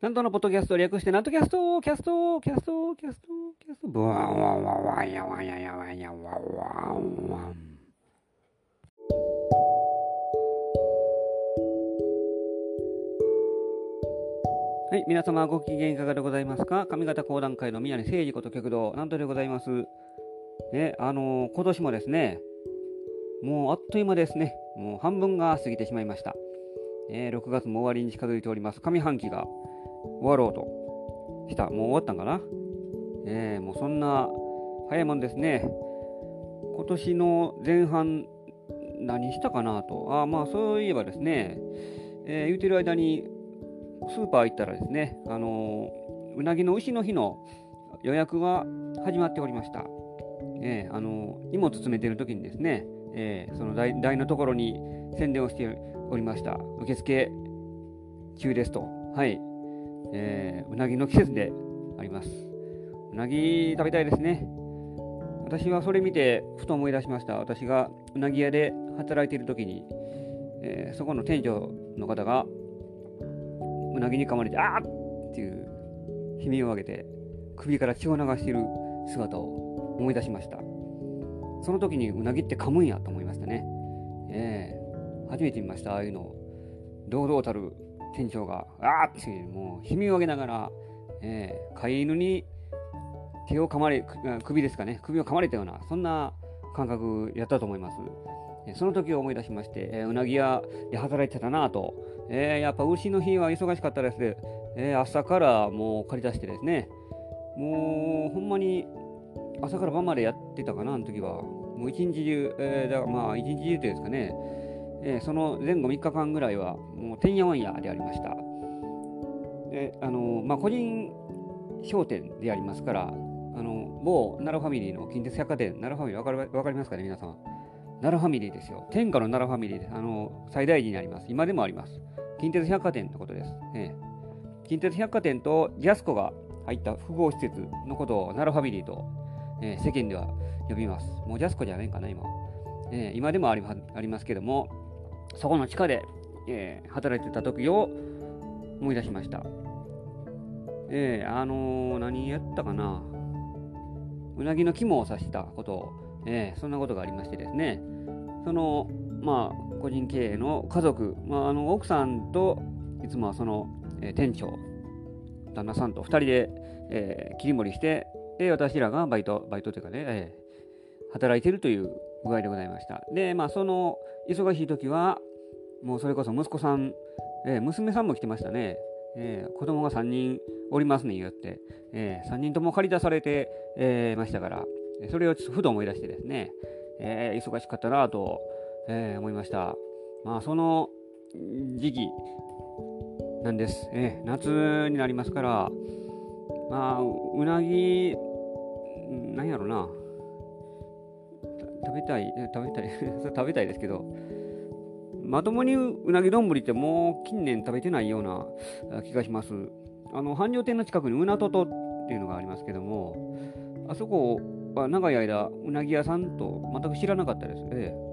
なんとのポッドキャスト略してなんとキャストブワンワンワンワンやワンややワンやワンワンワン。はい、皆様ご機嫌いかがでございますか。上方講談会の宮根誠司こと極道なんとでございます。ね、今年もですね、もうあっという間ですね。もう半分が過ぎてしまいました。6月も終わりに近づいております。上半期が終わろうとした。もう終わったんかな。もうそんな早いもんですね。今年の前半何したかなと。まあそういえばですね、言うてる間にスーパー行ったらですね、うなぎの牛の日の予約が始まっておりました。荷物詰めてる時にですね、その台のところに宣伝をしておりました。受付中ですと。はい。うなぎの季節であります。うなぎ食べたいですね。私はそれ見てふと思い出しました。私がうなぎ屋で働いている時に、そこの店長の方がうなぎに噛まれてあーっていう悲鳴を上げて首から血を流している姿を思い出しました。その時にうなぎって噛むんやと思いましたね。初めて見ました。ああいうの堂々たる店長があーってもう悲鳴を上げながら、飼い犬に手を噛まれ首ですかね、首を噛まれたようなそんな感覚やったと思います。その時を思い出しまして、うなぎ屋で働いてたなと、やっぱ牛の日は忙しかったです。朝からもう借り出してですね、もうほんまに朝から晩までやってたかな。あの時はもう一日中、だからまあ一日中というですかね、その前後3日間ぐらいはもうてんやわんやでありました。で個人商店でありますから、某奈良ファミリーの近鉄百貨店、奈良ファミリーわかりますかね皆さん。奈良ファミリーですよ。天下の奈良ファミリーです。最大寺にあります。今でもあります。近鉄百貨店のことです。近鉄百貨店とジャスコが入った複合施設のことを奈良ファミリーと、世間では呼びます。もうジャスコじゃないんかな今。今でもありますけども、そこの地下で、働いてた時を思い出しました。何やったかな。うなぎの肝を刺したことを、そんなことがありましてですね、その個人経営の家族、奥さんといつもはその、店長旦那さんと2人で、切り盛りして、私らがバイトというかね、働いているという具合でございました。でその忙しい時はもうそれこそ息子さん、娘さんも来てましたね。子供が3人おりますね言って、3人とも借り出されて、ましたから、それをちょっとふと思い出してですね、忙しかったなと、思いました。その時期なんです。夏になりますから、うなぎなんやろな、食べたい食べたいですけど、まともにうなぎ丼ってもう近年食べてないような気がします。繁盛店の近くにうなととっていうのがありますけども、あそこは長い間うなぎ屋さんと全く知らなかったです。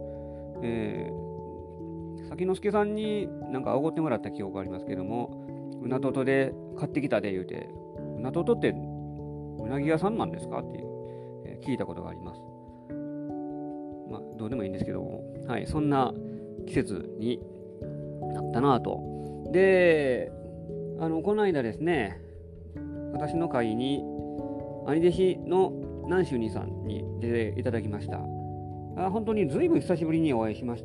先之助さんになんかおごってもらった記憶がありますけども、うなととで買ってきたで言うて、うなととってうなぎ屋さんなんですかっていう、聞いたことがあります。どうでもいいんですけども、はい、そんな季節になったなぁと。で、この間ですね、私の会に兄弟子の南州兄さんに出ていただきました。本当にずいぶん久しぶりにお会いしました。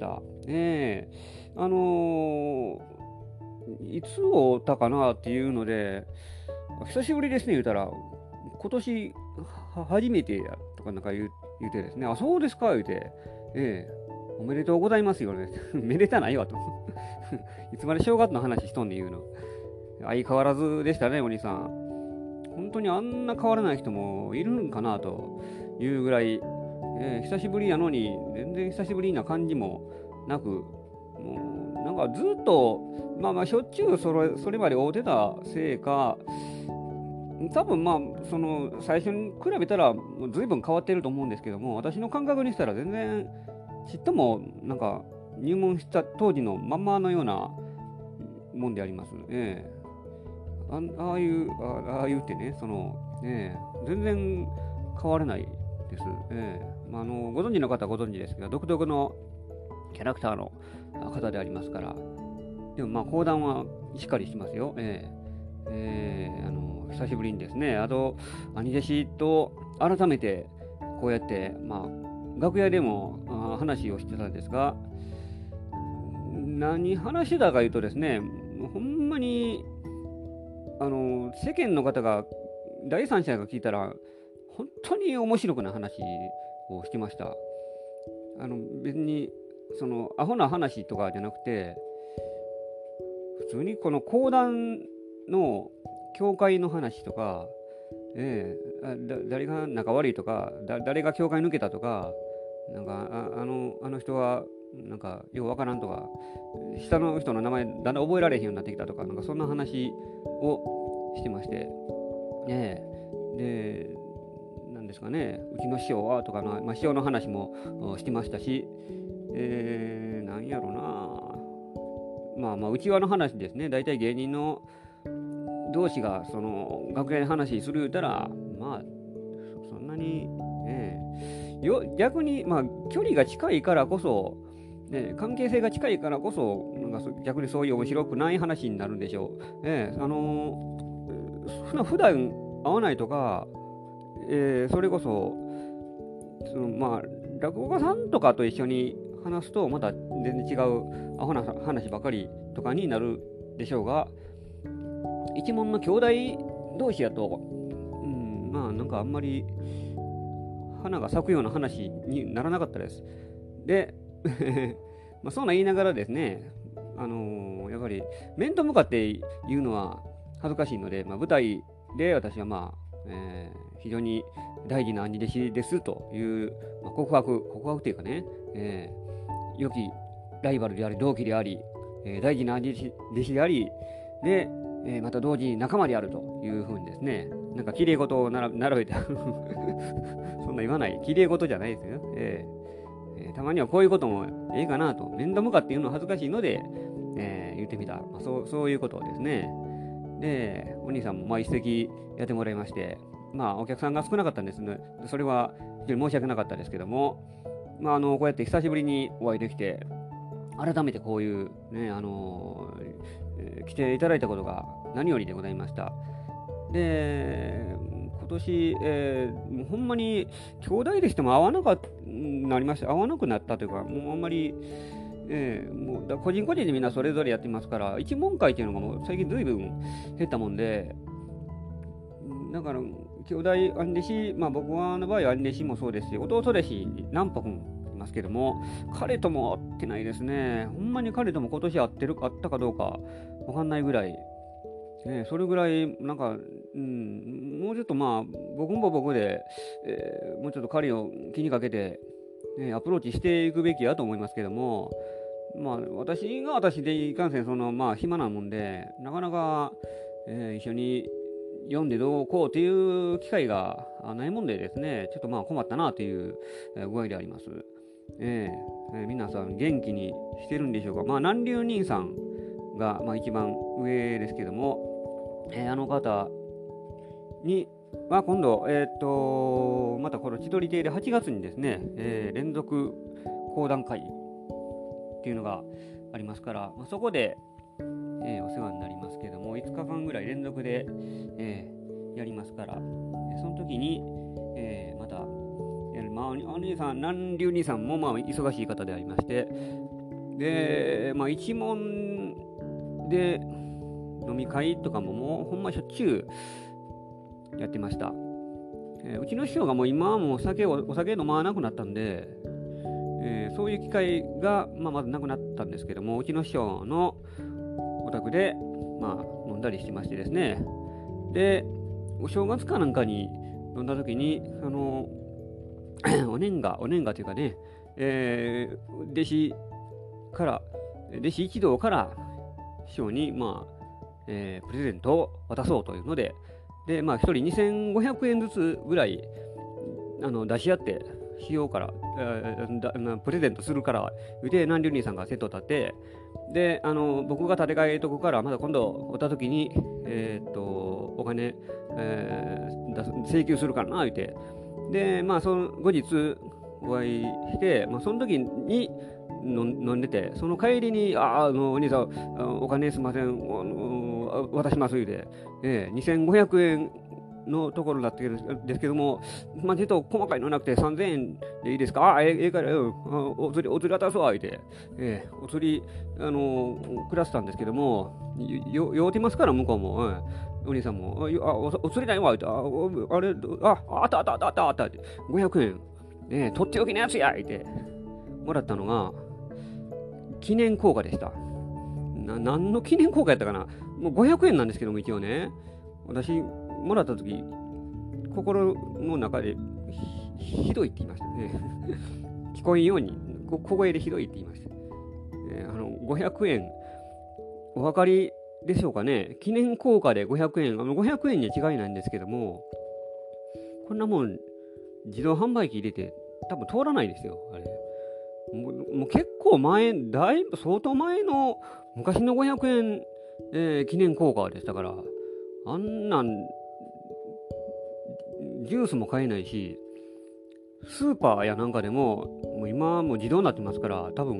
いつ会ったかなっていうので、久しぶりですね言うたら、今年初めてやとかなんか言うてですね、あ、そうですか言うて、おめでとうございますよね。めでたないわと。いつまで正月の話しとんで言うの。相変わらずでしたね、お兄さん。本当にあんな変わらない人もいるんかなというぐらい、久しぶりやのに、全然久しぶりな感じもなく、もうなんかずっと、しょっちゅうそれまで会うてたせいか、多分その最初に比べたら随分変わってると思うんですけども、私の感覚にしたら全然ちっともなんか入門した当時のまんまのようなもんであります。 ああいうってね、全然変わらないです。ご存知の方はご存知ですけど、独特のキャラクターの方でありますから、でも講談はしっかりしてますよ。久しぶりにですね、あと、兄弟子と改めてこうやって、楽屋でも話をしてたんですが、何話してたかいうとですね、ほんまに、世間の方が、第三者が聞いたら、本当に面白くない話をしてました。別に、アホな話とかじゃなくて、普通にこの講談の教会の話とか、誰が仲悪いとか、誰が教会抜けたとか、なんかあの人はなんかようわからんとか、下の人の名前だんだん覚えられへんようになってきたとか、なんかそんな話をしてまして、で、なんですかね、うちの師匠はとかの、師匠の話もしてましたし、なんやろな、うちわの話ですね、大体芸人の同士がその楽屋で話する言うたら、そんなに、逆に、距離が近いからこそ、関係性が近いからこそ、なんか逆にそういう面白くない話になるんでしょう。普段会わないとか、それこそ、落語家さんとかと一緒に話すと、また全然違うアホな話ばかりとかになるでしょうが、一門の兄弟同士やと、なんかあんまり花が咲くような話にならなかったです。で、そんな言いながらですね、やっぱり面と向かって言うのは恥ずかしいので、舞台で私は非常に大事な兄弟子ですという、告白というかね、良きライバルであり同期であり、大事な兄弟子であり、で、また同時に仲間であるというふうにですね、なんか綺麗事を並べてそんな言わない、綺麗事じゃないですよ。たまにはこういうこともええかなと、面と向かって言うのは恥ずかしいので、言ってみた、そういうことですね。で、お兄さんも一席やってもらいまして、お客さんが少なかったんですね。それは非常に申し訳なかったですけども、こうやって久しぶりにお会いできて、改めてこういうね、来ていただいたことが何よりでございました。で、今年、もうほんまに兄弟でしても会わなくなったというか、もうあんまり、もう個人個人でみんなそれぞれやってますから、一門会っていうのがもう最近ずいぶん減ったもんで、だから兄弟兄弟子、僕の場合は兄弟子もそうですし、弟弟子何歩君いますけども、彼とも会ってないですね。ほんまに彼とも今年会ったかどうかわかんないぐらい、それぐらいなんか、もうちょっと僕も僕で、もうちょっと彼を気にかけて、アプローチしていくべきやと思いますけども、私が私でいかんせん暇なもんで、なかなか、一緒に読んでどうこうという機会がないもんでですね、ちょっと困ったなという具合であります。皆さん元気にしてるんでしょうか。南流人さんが一番上ですけども、あの方に今度、またこの千鳥亭で8月にですね、連続講談会っていうのがありますから、そこで、お世話になりますけども、5日間ぐらい連続で、やりますから、その時に、また、お兄さん、南流兄さんも忙しい方でありまして、で、一門で飲み会とかももうほんましょっちゅうやってました。うちの師匠がもう今はもうお酒飲まなくなったんで、そういう機会が、まずなくなったんですけども、うちの師匠のお宅で、飲んだりしてましてですね。で、お正月かなんかに飲んだ時に、お年賀というかね、弟子一同から師匠に、プレゼントを渡そうというので、で、一人2500円ずつぐらい出し合って、 しようから、プレゼントするから言うて南流兄さんがセット立って、で僕が立て替えとこからまた今度おった時にお金、請求するからな言うて、でその後日お会いして、その時に飲んでて、その帰りにお兄さんお金すいません渡します言うて、2500円のところだったんですけども、ちょっと細かいのなくて3000円でいいですか、ええからお釣り渡すわ言うて、お釣りくださったんですけども、酔うてますから向こうも、お兄さんもお釣りないわ言うて、あれあったって500円、とっておきのやつや言うてもらったのが記念硬貨でした。何の記念硬貨やったかな。もう500円なんですけども、一応ね、私もらった時心の中でひどいって言いましたね。聞こえんように小声でひどいって言いました。500円お分かりでしょうかね。記念硬貨で500円、500円には違いないんですけども、こんなもん自動販売機入れて多分通らないですよ、あれ。もう結構前、だいぶ相当前の昔の500円、記念硬貨でしたから、あんなんジュースも買えないし、スーパーやなんかでも、もう今もう自動になってますから、多分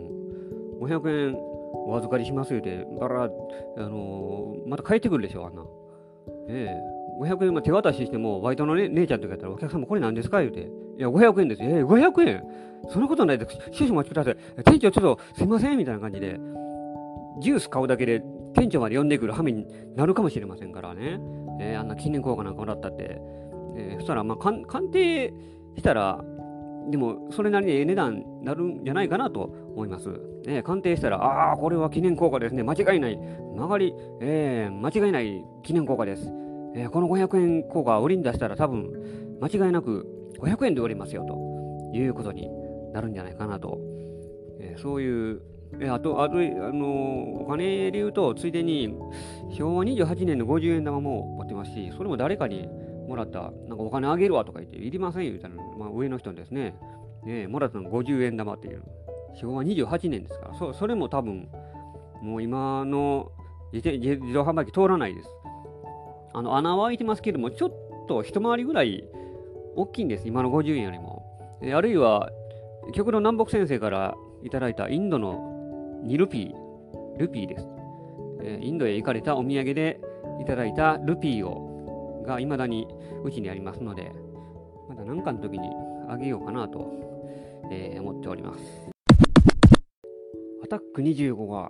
500円お預かりしますよってバラ、また帰ってくるでしょ、あんな。500円手渡ししても、バイトの、姉ちゃんとかやったら、お客様これ何ですか言うて、いや、500円です。500円そんなことないです。少々お待ちください。店長ちょっとすいませんみたいな感じで、ジュース買うだけで店長まで呼んでくる羽目になるかもしれませんからね。あんな記念硬貨なんかもらったって。そしたら、鑑定したら、でも、それなりに値段になるんじゃないかなと思います。鑑定したら、これは記念硬貨ですね。間違いない。間違いない記念硬貨です。この500円硬貨を売りに出したら多分、間違いなく500円で売れますよということになるんじゃないかなと。そういう、あと、お金で言うと、ついでに、昭和28年の50円玉も持ってますし、それも誰かにもらった、なんかお金あげるわとか言って、いりませんよ、みたいな、上の人にですね、もらったの50円玉っていう、昭和28年ですから、それも多分、もう今の自動販売機通らないです。穴は開いてますけども、ちょっと一回りぐらい大きいんです、今の50円よりも。あるいは、極論南北先生からいただいたインドの2ルピーです。インドへ行かれたお土産でいただいたルピーが未だにうちにありますので、また何かの時にあげようかなと、思っております。アタック25が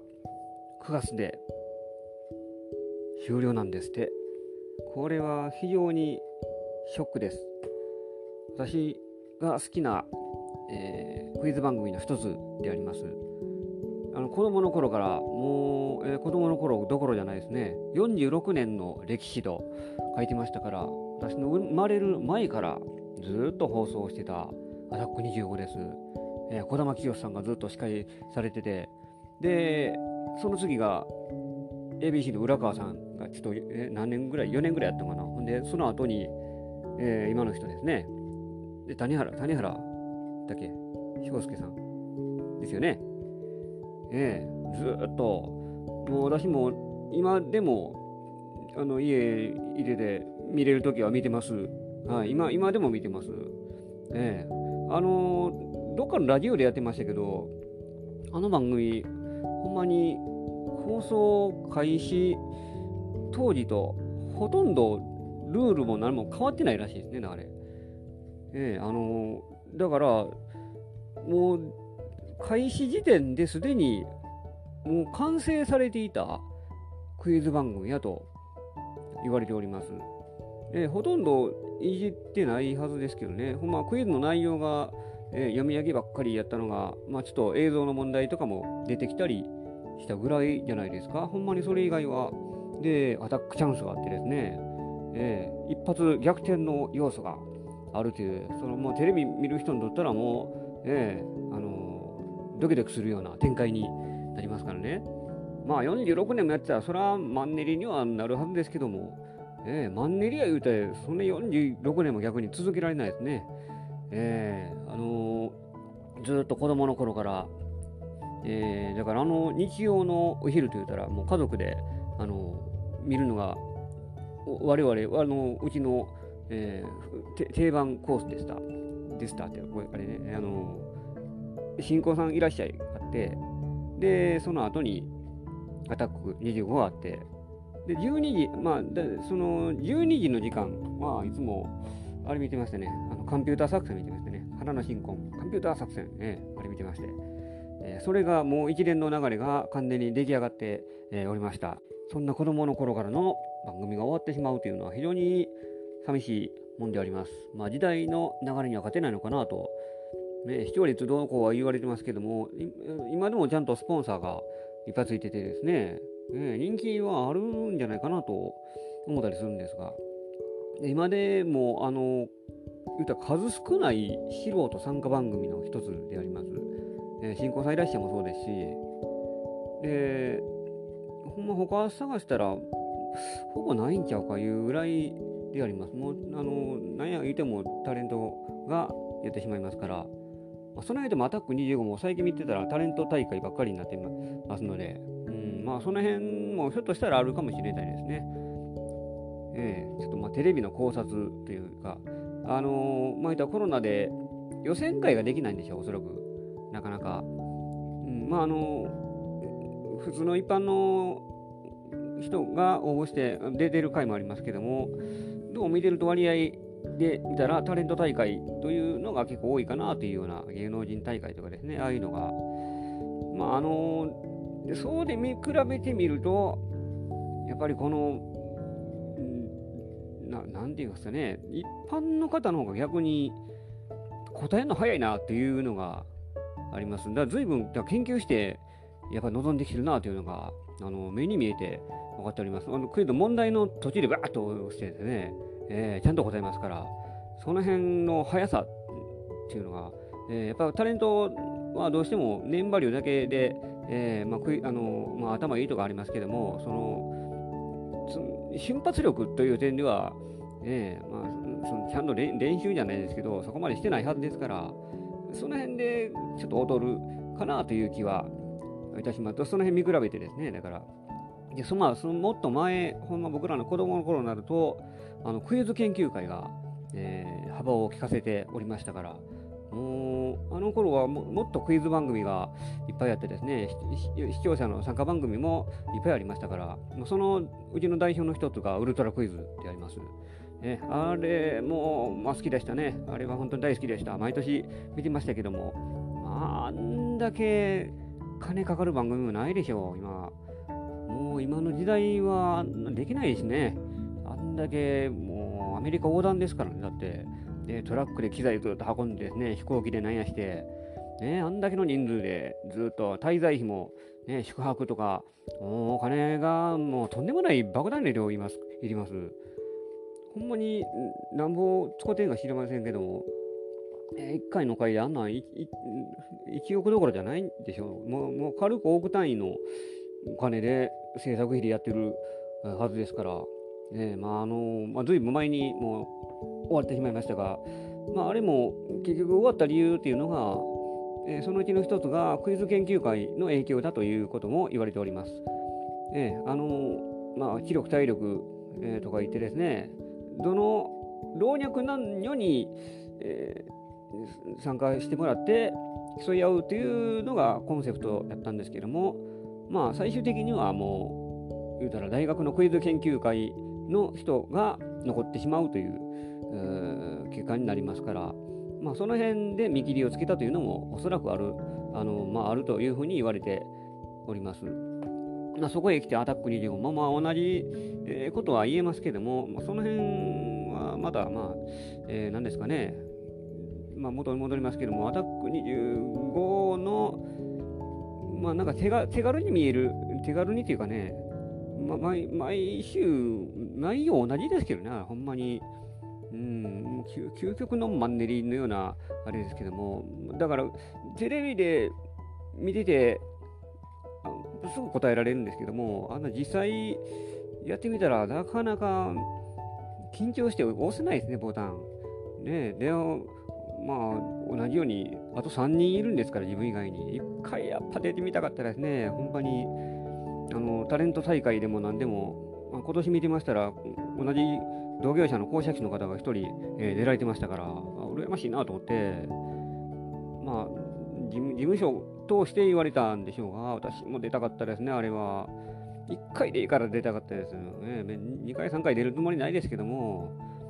9月で終了なんですって。これは非常にショックです。私が好きな、クイズ番組の一つであります。子供の頃からもう、子供の頃どころじゃないですね。46年の歴史と書いてましたから、私の生まれる前からずっと放送してたアタック25です。児玉清さんがずっと司会されてて、でその次が ABC の浦川さんがちょっと、何年ぐらい4年ぐらいやったかな。ほんでその後に、今の人ですね。で谷原だっけ翔介さんですよね。ずっともう私も今でも家入れて見れるときは見てます。はい、今でも見てます。どっかのラジオでやってましたけど、あの番組ほんまに放送開始当時とほとんどルールも何も変わってないらしいですね、あれ。だからもう開始時点ですでにもう完成されていたクイズ番組やと言われております。ほとんどいじってないはずですけどね。ほんまクイズの内容が、読み上げばっかりやったのが、ちょっと映像の問題とかも出てきたりしたぐらいじゃないですか。ほんまにそれ以外は。で、アタックチャンスがあってですね、一発逆転の要素があるという、もうテレビ見る人にとったらもう、ドキドキするような展開になりますからね。46年もやってたら、それはマンネリにはなるはずですけども、マンネリや言うて、そんな46年も逆に続けられないですね。 ずっと子供の頃から、だから日曜のお昼と言ったらもう家族で見るのが我々うちの、定番コースでしたってこれあれね新婚さんいらっしゃいあって、でその後にアタック25があって、で12時その12時の時間はいつもあれ見てましたね。コンピューター作戦見てましたね。花の新婚コンピューター作戦、あれ見てまして、それがもう一連の流れが完全に出来上がって、おりました。そんな子供の頃からの番組が終わってしまうというのは非常に寂しいもんであります。時代の流れには勝てないのかなと、視聴率どうこうは言われてますけども、今でもちゃんとスポンサーがいっぱいついててですね、人気はあるんじゃないかなと思ったりするんですが、今でも言ったら数少ない素人参加番組の一つであります。新婚さんいらっしゃいもそうですし、ほんま他探したらほぼないんちゃうかいうぐらいであります。もう何や言うてもタレントがやってしまいますから、その間もアタック25も最近見てたらタレント大会ばっかりになってますので、その辺もひょっとしたらあるかもしれないですね。ちょっとテレビの考察というか、言ったコロナで予選会ができないんでしょう、おそらく。なかなか。普通の一般の人が応募して出てる回もありますけども、どう見てると割合で見たらタレント大会というのが結構多いかなというような、芸能人大会とかですね、ああいうのが。そうで比べてみると、やっぱりこの、なんていうんですかね、一般の方の方が逆に答えるの早いなっていうのがあります。だから随分研究して、やっぱり望んできてるなというのが目に見えて分かっております。クイズ問題の途中でバーッと押してですね、ちゃんと答えますから、その辺の速さっていうのが、やっぱタレントはどうしてもネームバリューだけで、頭いいとかありますけども、瞬発力という点では、ちゃんと練習じゃないですけど、そこまでしてないはずですから、その辺でちょっと劣るかなという気はいたしますと、その辺見比べてですね、だから、そのもっと前、ほんま僕らの子供の頃になると、クイズ研究会が、幅を利かせておりましたから、もうあの頃はもっとクイズ番組がいっぱいあってですね、視聴者の参加番組もいっぱいありましたから、そのうちの代表の一つがウルトラクイズであります。あれも、好きでしたね。あれは本当に大好きでした。毎年見てましたけども、あんだけ金かかる番組もないでしょう、今。もう今の時代はできないですね。あんだけもうアメリカ横断ですからね、だって。トラックで機材ずっと運んでですね、飛行機でなんやして、あんだけの人数でずっと滞在費も、宿泊とか、お金がもうとんでもない莫大な量いります。ほんまになんぼ使ってんか知りませんけども、1回の回であんな1億どころじゃないんでしょう。もう軽く億単位のお金で制作費でやってるはずですから、ずいぶん前にもう終わってしまいましたが、あれも結局終わった理由っていうのが、そのうちの一つがクイズ研究会の影響だということも言われております。知力体力、とか言ってですね、どの老若男女に、参加してもらって競い合うというのがコンセプトだったんですけども、最終的にはもう言うたら大学のクイズ研究会の人が残ってしまうという、結果になりますから、その辺で見切りをつけたというのもおそらくあるというふうに言われております。そこへ来てアタック25も同じことは言えますけども、その辺はまだ何ですかね、元に戻りますけども、アタック25のなんか手軽に見える、手軽にというかね、毎週内容同じですけどね、ほんまに。究極のマンネリのようなあれですけども、だからテレビで見ててすぐ答えられるんですけども、実際やってみたらなかなか緊張して押せないですね、ボタン。で、 同じようにあと3人いるんですから、自分以外に1回やっぱ出てみたかったですね。ほんまにタレント大会でも何でも、今年見てましたら同じ同業者の講釈師の方が1人、出られてましたから、羨ましいなと思って、事務所を通して言われたんでしょうが、私も出たかったですね。あれは1回でいいから出たかったですよね。2回3回出るつもりないですけども、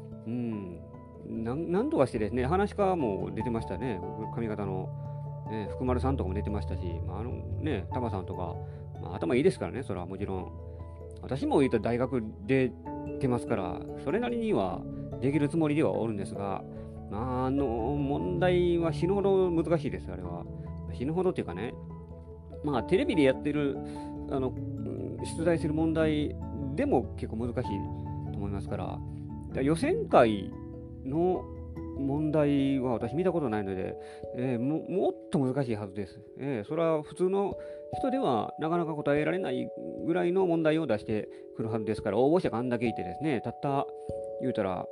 何とかしてですね、話し家も出てましたね。上方の、福丸さんとかも出てましたし、タマさんとか、頭いいですからね、それはもちろん。私も言うと大学で出ますから、それなりにはできるつもりではおるんですが、問題は死ぬほど難しいです、あれは。死ぬほどっていうかね、テレビでやってる、出題する問題でも結構難しいと思いますから、予選会の問題は私見たことないので、もっと難しいはずです。それは普通の人ではなかなか答えられないぐらいの問題を出してくるはずですから、応募者があんだけいてですね、たった言うたら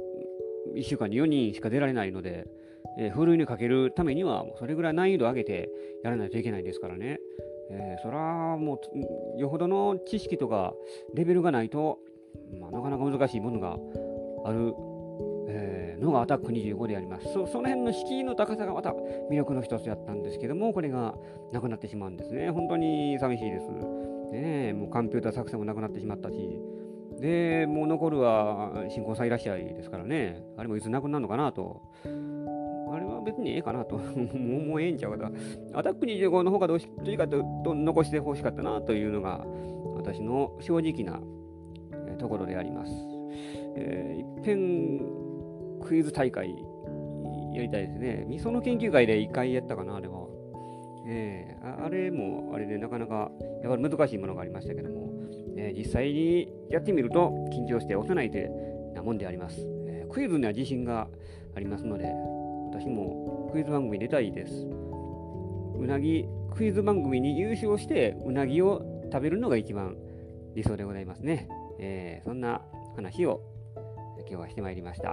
1週間に4人しか出られないので、ふるいにかけるためにはもうそれぐらい難易度を上げてやらないといけないですからね。それはもうよほどの知識とかレベルがないと、なかなか難しいものがあるのがアタック25であります。その辺の敷居の高さがまた魅力の一つやったんですけども、これがなくなってしまうんですね。本当に寂しいです。もうコンピューター作戦もなくなってしまったし、で、もう残るは新婚さんいらっしゃいですからね。あれもいつなくなるのかなと。あれは別にええかなと。もうええんちゃうかと。アタック25の方がどっちかというと残してほしかったなというのが私の正直なところであります。一遍クイズ大会やりたいですね。みその研究会で1回やったかな、あれは。あれもあれでなかなかやっぱり難しいものがありましたけども、実際にやってみると緊張して押せないというなもんであります。クイズには自信がありますので、私もクイズ番組出たいです。うなぎクイズ番組に優勝してうなぎを食べるのが一番理想でございますね。そんな話を今日はしてまいりました。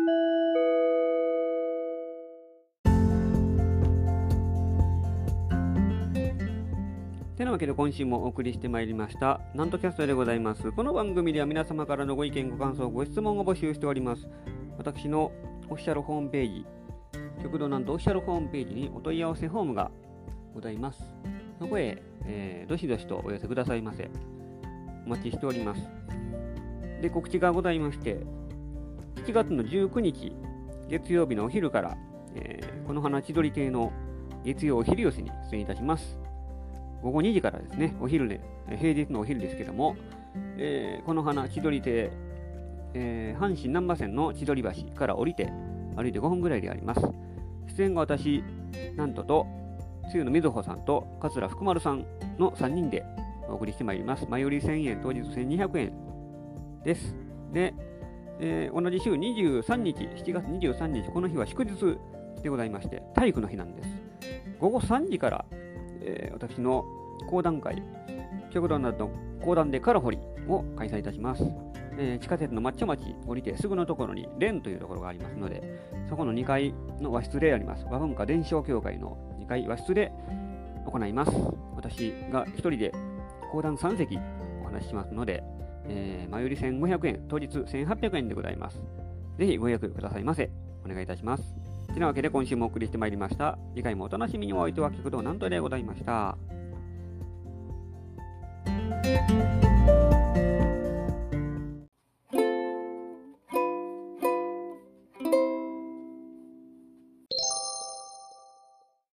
てなわけで今週もお送りしてまいりましたなんとキャストでございます。この番組では皆様からのご意見ご感想ご質問を募集しております。私のオフィシャルホームページ、極道なんとオフィシャルホームページにお問い合わせフォームがございます。そこへ、どしどしとお寄せくださいませ。お待ちしております。で、告知がございまして、7月の19日月曜日のお昼から、この花千鳥亭の月曜お昼寄せに出演いたします。午後2時からですね、お昼で、平日のお昼ですけども、この花千鳥亭、阪神難波線の千鳥橋から降りて歩いて5分ぐらいであります。出演が私、なんとと、つゆのみずほさんと桂福丸さんの3人でお送りしてまいります。前売り1000円、当日1200円です。で、同じ週23日、7月23日、この日は祝日でございまして、体育の日なんです。午後3時から、私の講談会、極道などの講談でから掘りを開催いたします。地下鉄の抹茶町降りてすぐのところに蓮というところがありますので、そこの2階の和室であります。和文化伝承協会の2階和室で行います。私が1人で講談3席お話ししますので、前売り1500円、当日1800円でございます。ぜひご予約くださいませ。お願いいたします。てなわけで今週もお送りしてまいりました。次回もお楽しみに。お相手は極道なんとでございました。